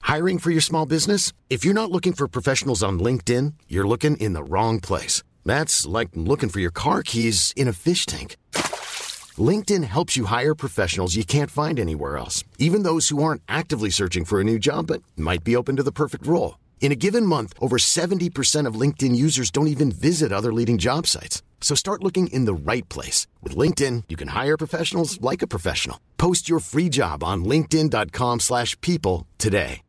Hiring for your small business? If you're not looking for professionals on LinkedIn, you're looking in the wrong place. That's like looking for your car keys in a fish tank. LinkedIn helps you hire professionals you can't find anywhere else, even those who aren't actively searching for a new job but might be open to the perfect role. In a given month, over 70% of LinkedIn users don't even visit other leading job sites. So start looking in the right place. With LinkedIn, you can hire professionals like a professional. Post your free job on linkedin.com/people today.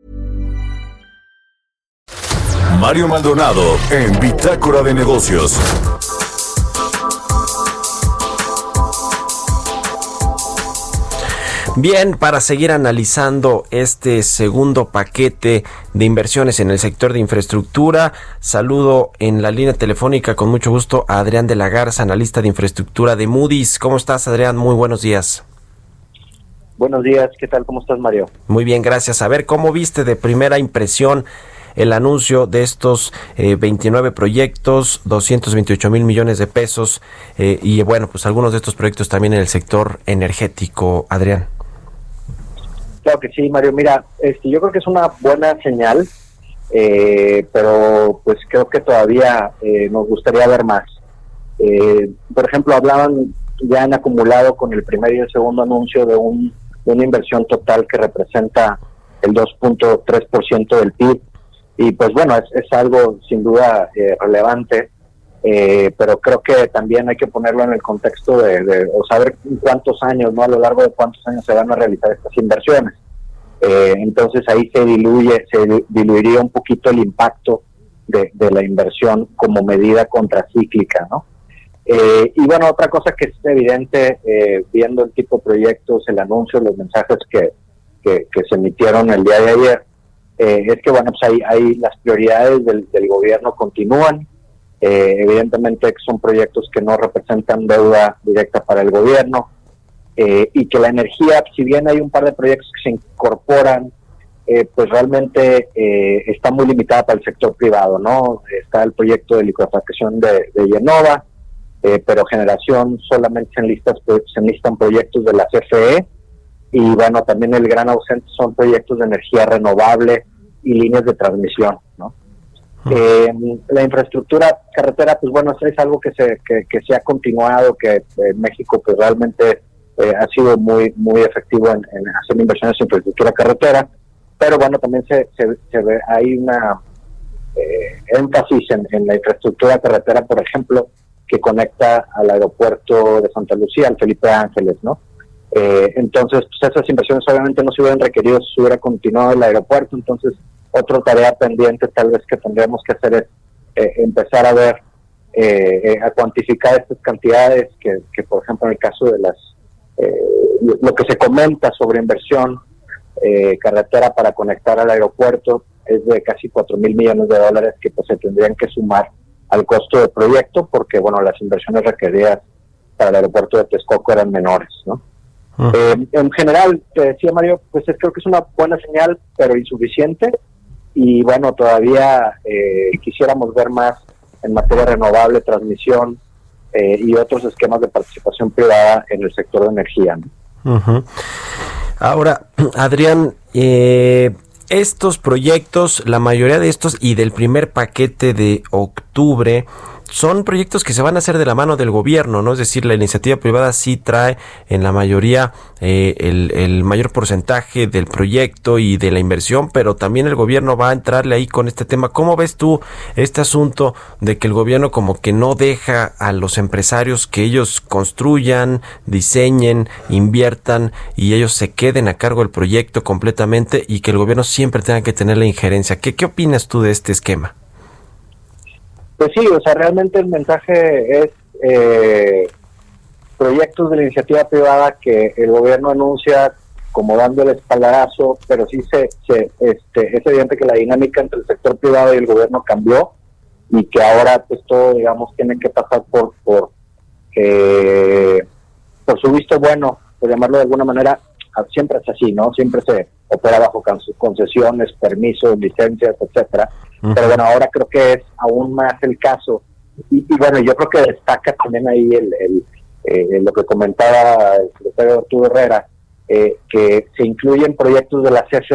Mario Maldonado en Bitácora de Negocios. Bien, para seguir analizando este segundo paquete de inversiones en el sector de infraestructura, saludo en la línea telefónica con mucho gusto a Adrián de la Garza, analista de infraestructura de Moody's. ¿Cómo estás, Adrián? Muy buenos días. Buenos días, ¿qué tal? ¿Cómo estás, Mario? Muy bien, gracias. A ver, ¿cómo viste de primera impresión el anuncio de estos 29 proyectos, 228 mil millones de pesos y bueno, pues algunos de estos proyectos también en el sector energético, Adrián? Claro que sí, Mario. Mira, yo creo que es una buena señal, pero pues creo que todavía nos gustaría ver más. Por ejemplo, ya han acumulado con el primer y el segundo anuncio de una inversión total que representa el 2.3% del PIB. Y pues bueno, es algo sin duda relevante, pero creo que también hay que ponerlo en el contexto de saber cuántos años, ¿no? A lo largo de cuántos años se van a realizar estas inversiones. Entonces ahí se diluiría un poquito el impacto de la inversión como medida contracíclica, ¿no? Y bueno, otra cosa que es evidente, viendo el tipo de proyectos, el anuncio, los mensajes que se emitieron el día de ayer, es que bueno, pues ahí las prioridades del gobierno continúan. Evidentemente que son proyectos que no representan deuda directa para el gobierno, y que la energía, si bien hay un par de proyectos que se incorporan, pues realmente está muy limitada para el sector privado, ¿no? Está el proyecto de licuefacción de Yenova, pero generación solamente se enlistan proyectos de la CFE. Y bueno, también el gran ausente son proyectos de energía renovable y líneas de transmisión, ¿no? La infraestructura carretera, pues bueno, es algo que se ha continuado, que México pues realmente ha sido muy efectivo en hacer inversiones en infraestructura carretera, pero bueno, también se ve, hay una énfasis en la infraestructura carretera, por ejemplo, que conecta al aeropuerto de Santa Lucía, al Felipe Ángeles, ¿no? Entonces, pues esas inversiones obviamente no se hubieran requerido si hubiera continuado el aeropuerto. Entonces, otra tarea pendiente tal vez que tendríamos que hacer es empezar a ver, a cuantificar estas cantidades que por ejemplo, en el caso de lo que se comenta sobre inversión carretera para conectar al aeropuerto es de casi 4,000 millones de dólares que pues se tendrían que sumar al costo del proyecto, porque bueno, las inversiones requeridas para el aeropuerto de Texcoco eran menores, ¿no? En general, te decía, Mario, pues creo que es una buena señal, pero insuficiente, y bueno, todavía quisiéramos ver más en materia renovable, transmisión y otros esquemas de participación privada en el sector de energía, ¿no? Ahora, Adrián, estos proyectos, la mayoría de estos y del primer paquete de octubre, son proyectos que se van a hacer de la mano del gobierno, ¿no? Es decir, la iniciativa privada sí trae en la mayoría el mayor porcentaje del proyecto y de la inversión, pero también el gobierno va a entrarle ahí con este tema. ¿Cómo ves tú este asunto de que el gobierno como que no deja a los empresarios que ellos construyan, diseñen, inviertan y ellos se queden a cargo del proyecto completamente y que el gobierno siempre tenga que tener la injerencia? ¿Qué opinas tú de este esquema? Pues sí, o sea, realmente el mensaje es proyectos de la iniciativa privada que el gobierno anuncia como dando el espaldarazo, pero sí es evidente que la dinámica entre el sector privado y el gobierno cambió y que ahora pues todo, digamos, tiene que pasar por su visto bueno, por llamarlo de alguna manera. Siempre es así, ¿no? Siempre se opera bajo concesiones, permisos, licencias, etcétera. Pero bueno, ahora creo que es aún más el caso. Y bueno, yo creo que destaca también ahí lo que comentaba el secretario Arturo Herrera, que se incluyen proyectos de la CFE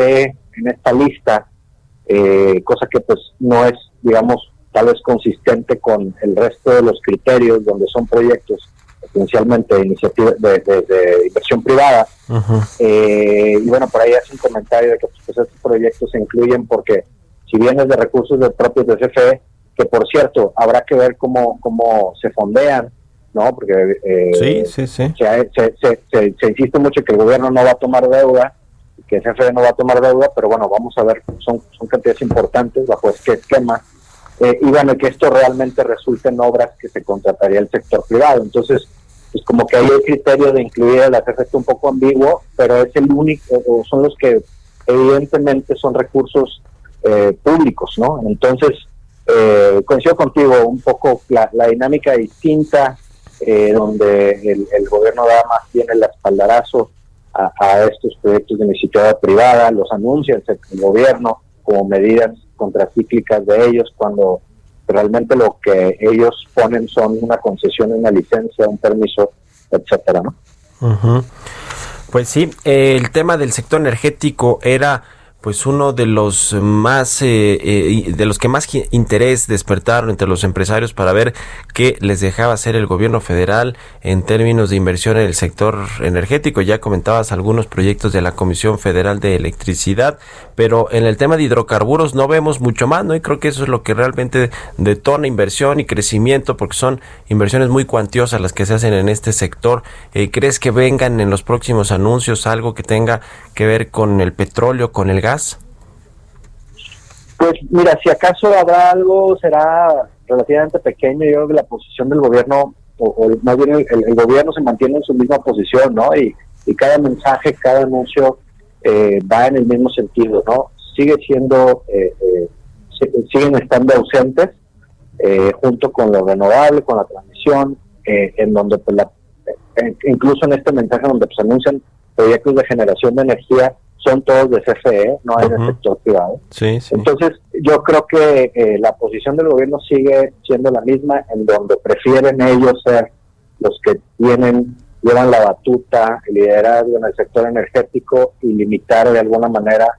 en esta lista, cosa que pues no es, digamos, tal vez consistente con el resto de los criterios donde son proyectos esencialmente de iniciativa de inversión privada. Uh-huh. Y bueno, por ahí hace un comentario de que pues estos proyectos se incluyen porque si bien es de recursos propios de CFE, que por cierto habrá que ver cómo se fondean, ¿no? Porque sí. Se insiste mucho que el gobierno no va a tomar deuda, que CFE no va a tomar deuda, pero bueno, vamos a ver, son cantidades importantes bajo este esquema, y bueno, que esto realmente resulte en obras que se contrataría el sector privado. Entonces, pues como que ahí el criterio de incluir a la CFE está un poco ambiguo, pero es el único, o son los que evidentemente son recursos públicos, ¿no? Entonces, coincido contigo, un poco la dinámica distinta, donde el gobierno da más bien el espaldarazo a estos proyectos de iniciativa privada, los anuncia el gobierno como medidas contracíclicas de ellos, cuando realmente lo que ellos ponen son una concesión, una licencia, un permiso, etcétera, ¿no? Uh-huh. Pues sí, el tema del sector energético era pues uno de los más de los que más interés despertaron entre los empresarios para ver qué les dejaba hacer el gobierno federal en términos de inversión en el sector energético. Ya comentabas algunos proyectos de la Comisión Federal de Electricidad, pero en el tema de hidrocarburos no vemos mucho más, ¿no? Y creo que eso es lo que realmente detona inversión y crecimiento, porque son inversiones muy cuantiosas las que se hacen en este sector. ¿Crees que vengan en los próximos anuncios algo que tenga que ver con el petróleo, con el gas? Pues mira, si acaso habrá algo, será relativamente pequeño. Yo creo que la posición del gobierno, o más bien el gobierno se mantiene en su misma posición, ¿no? Y cada mensaje, cada anuncio va en el mismo sentido, ¿no? Siguen estando ausentes, junto con lo renovable, con la transmisión, en donde pues incluso en este mensaje donde pues anuncian proyectos de generación de energía, son todos de CFE, no hay del sector privado. Sí. Entonces, yo creo que la posición del gobierno sigue siendo la misma, en donde prefieren ellos ser los que llevan la batuta, el liderazgo en el sector energético y limitar de alguna manera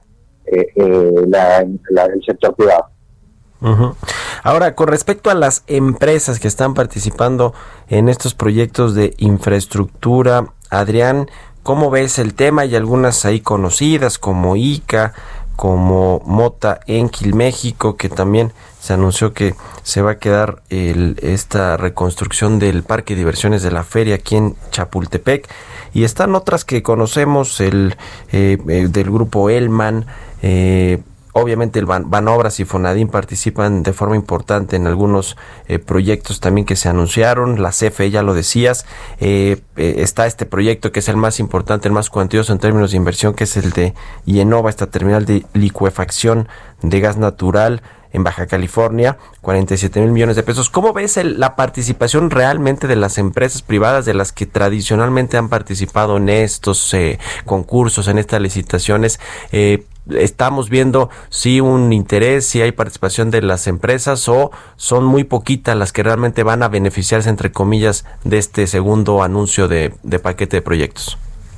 el sector privado. Uh-huh. Ahora, con respecto a las empresas que están participando en estos proyectos de infraestructura, Adrián, ¿cómo ves el tema? Hay algunas ahí conocidas como ICA, como Mota Enquil México, que también se anunció que se va a quedar esta reconstrucción del parque de diversiones de la feria aquí en Chapultepec. Y están otras que conocemos, del grupo Elman, obviamente el Banobras y Fonadín participan de forma importante en algunos proyectos también que se anunciaron. La CFE, ya lo decías, está este proyecto que es el más importante, el más cuantioso en términos de inversión, que es el de IEnova, esta terminal de licuefacción de gas natural en Baja California, 47,000 millones de pesos. ¿Cómo ves la participación realmente de las empresas privadas, de las que tradicionalmente han participado en estos concursos, en estas licitaciones? ¿Estamos viendo si un interés, si hay participación de las empresas, o son muy poquitas las que realmente van a beneficiarse, entre comillas, de este segundo anuncio de paquete de proyectos?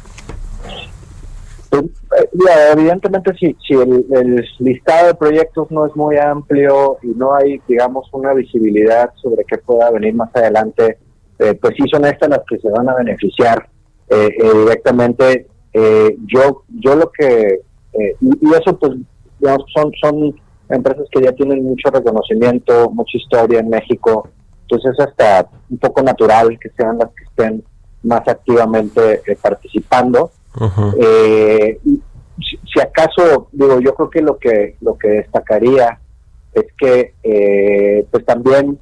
Evidentemente, si el listado de proyectos no es muy amplio y no hay, digamos, una visibilidad sobre qué pueda venir más adelante, pues sí son estas las que se van a beneficiar directamente. Yo lo que y eso, pues, digamos, son empresas que ya tienen mucho reconocimiento, mucha historia en México, entonces es hasta un poco natural que sean las que estén más activamente participando. Uh-huh. Si acaso, digo, yo creo que lo que destacaría es que pues también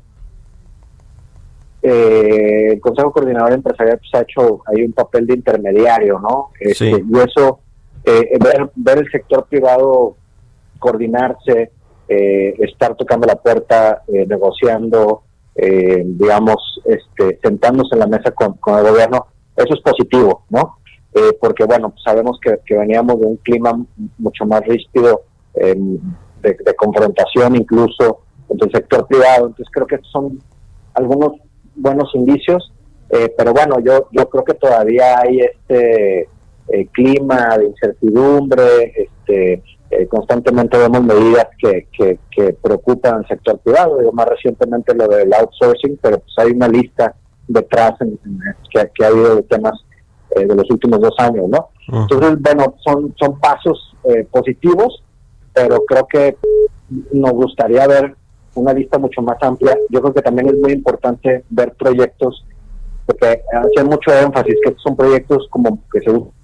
el Consejo Coordinador Empresarial pues, ha hecho ahí un papel de intermediario, ¿no? Sí. Y eso, ver el sector privado coordinarse, estar tocando la puerta, negociando, digamos, sentándose en la mesa con el gobierno, eso es positivo, ¿no? Porque bueno, pues sabemos que veníamos de un clima mucho más ríspido, de confrontación incluso entre el sector privado. Entonces creo que son algunos buenos indicios, pero bueno, yo creo que todavía hay clima de incertidumbre, constantemente vemos medidas que preocupan al sector privado, más recientemente lo del outsourcing, pero pues hay una lista detrás que ha habido de temas de los últimos 2 años, ¿no? Uh-huh. Entonces, bueno, son pasos positivos, pero creo que nos gustaría ver una lista mucho más amplia. Yo creo que también es muy importante ver proyectos, porque hace mucho énfasis que estos son proyectos como que se usan.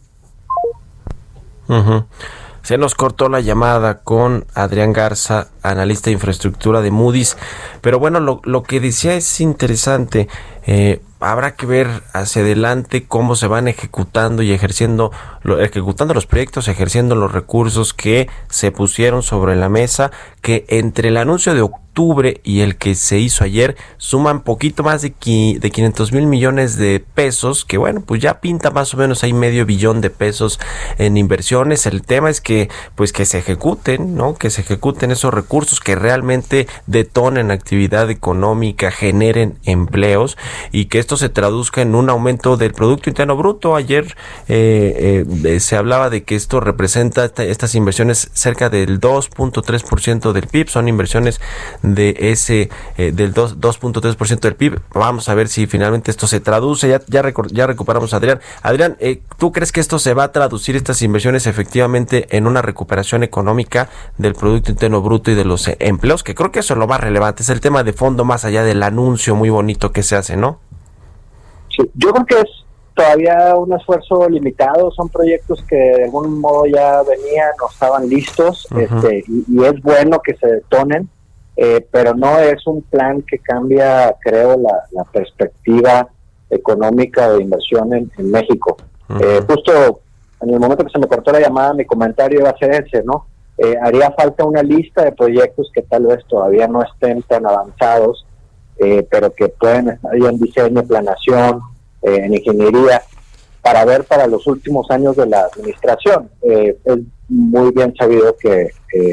Uh-huh. Se nos cortó la llamada con Adrián Garza, analista de infraestructura de Moody's, pero bueno, lo que decía es interesante. Habrá que ver hacia adelante cómo se van ejecutando los proyectos, ejerciendo los recursos que se pusieron sobre la mesa, que entre el anuncio de octubre y el que se hizo ayer suman poquito más de 500 mil millones de pesos, que bueno, pues ya pinta más o menos ahí $500 billion de pesos en inversiones. El tema es que pues que se ejecuten, ¿no? Que se ejecuten esos recursos, que realmente detonen actividad económica, generen empleos y que esto se traduzca en un aumento del Producto Interno Bruto. Ayer se hablaba de que esto representa estas inversiones cerca del 2.3% del PIB, son inversiones de ese del 2.3% del PIB. Vamos a ver si finalmente esto se traduce. Ya recuperamos a Adrián. Adrián, ¿tú crees que esto se va a traducir, estas inversiones, efectivamente en una recuperación económica del Producto Interno Bruto y de los empleos? Que creo que eso es lo más relevante, es el tema de fondo más allá del anuncio muy bonito que se hace, ¿no? Sí, yo creo que es todavía un esfuerzo limitado, son proyectos que de algún modo ya venían o estaban listos. Uh-huh. Y es bueno que se detonen, pero no es un plan que cambia, creo, la perspectiva económica de inversión en México. Uh-huh. Justo en el momento que se me cortó la llamada, mi comentario iba a ser ese, ¿no? Haría falta una lista de proyectos que tal vez todavía no estén tan avanzados, pero que pueden estar ya en diseño, planeación, en ingeniería, para ver para los últimos años de la administración. Es muy bien sabido que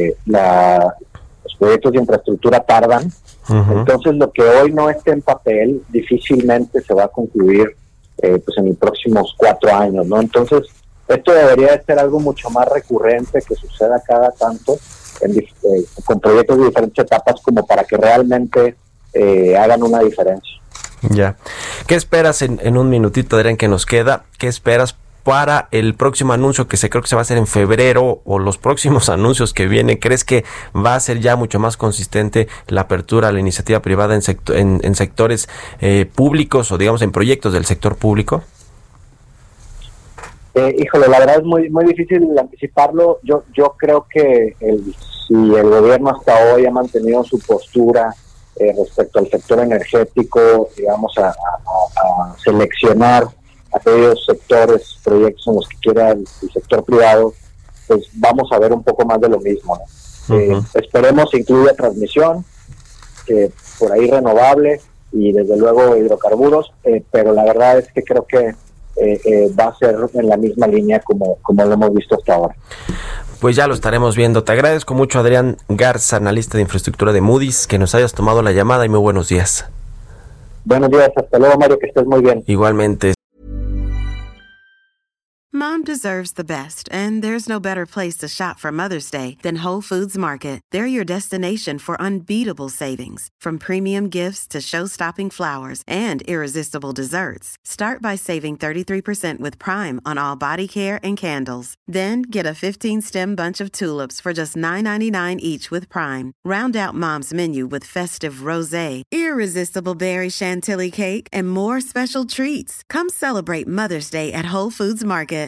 los proyectos de infraestructura tardan. Uh-huh. Entonces lo que hoy no esté en papel difícilmente se va a concluir pues en los próximos 4 años, ¿no? Entonces esto debería de ser algo mucho más recurrente, que suceda cada tanto con proyectos de diferentes etapas, como para que realmente hagan una diferencia. Ya. ¿Qué esperas en un minutito, Adrián, que nos queda? ¿Qué esperas para el próximo anuncio que creo que se va a hacer en febrero, o los próximos anuncios que vienen? ¿Crees que va a ser ya mucho más consistente la apertura a la iniciativa privada en sectores públicos, o digamos en proyectos del sector público? Híjole, la verdad es muy muy difícil anticiparlo. Yo creo que si el gobierno hasta hoy ha mantenido su postura respecto al sector energético, digamos, a seleccionar aquellos sectores, proyectos en los que quiera el sector privado, pues vamos a ver un poco más de lo mismo, ¿no? Uh-huh. Esperemos incluya transmisión, por ahí renovable y desde luego hidrocarburos, pero la verdad es que creo que va a ser en la misma línea como lo hemos visto hasta ahora. Pues ya lo estaremos viendo. Te agradezco mucho, Adrián Garza, analista de infraestructura de Moody's, que nos hayas tomado la llamada, y muy buenos días. Buenos días, hasta luego, Mario, que estés muy bien. Igualmente. Mom deserves the best, and there's no better place to shop for Mother's Day than Whole Foods Market. They're your destination for unbeatable savings, from premium gifts to show-stopping flowers and irresistible desserts. Start by saving 33% with Prime on all body care and candles. Then get a 15-stem bunch of tulips for just $9.99 each with Prime. Round out Mom's menu with festive rosé, irresistible berry chantilly cake, and more special treats. Come celebrate Mother's Day at Whole Foods Market.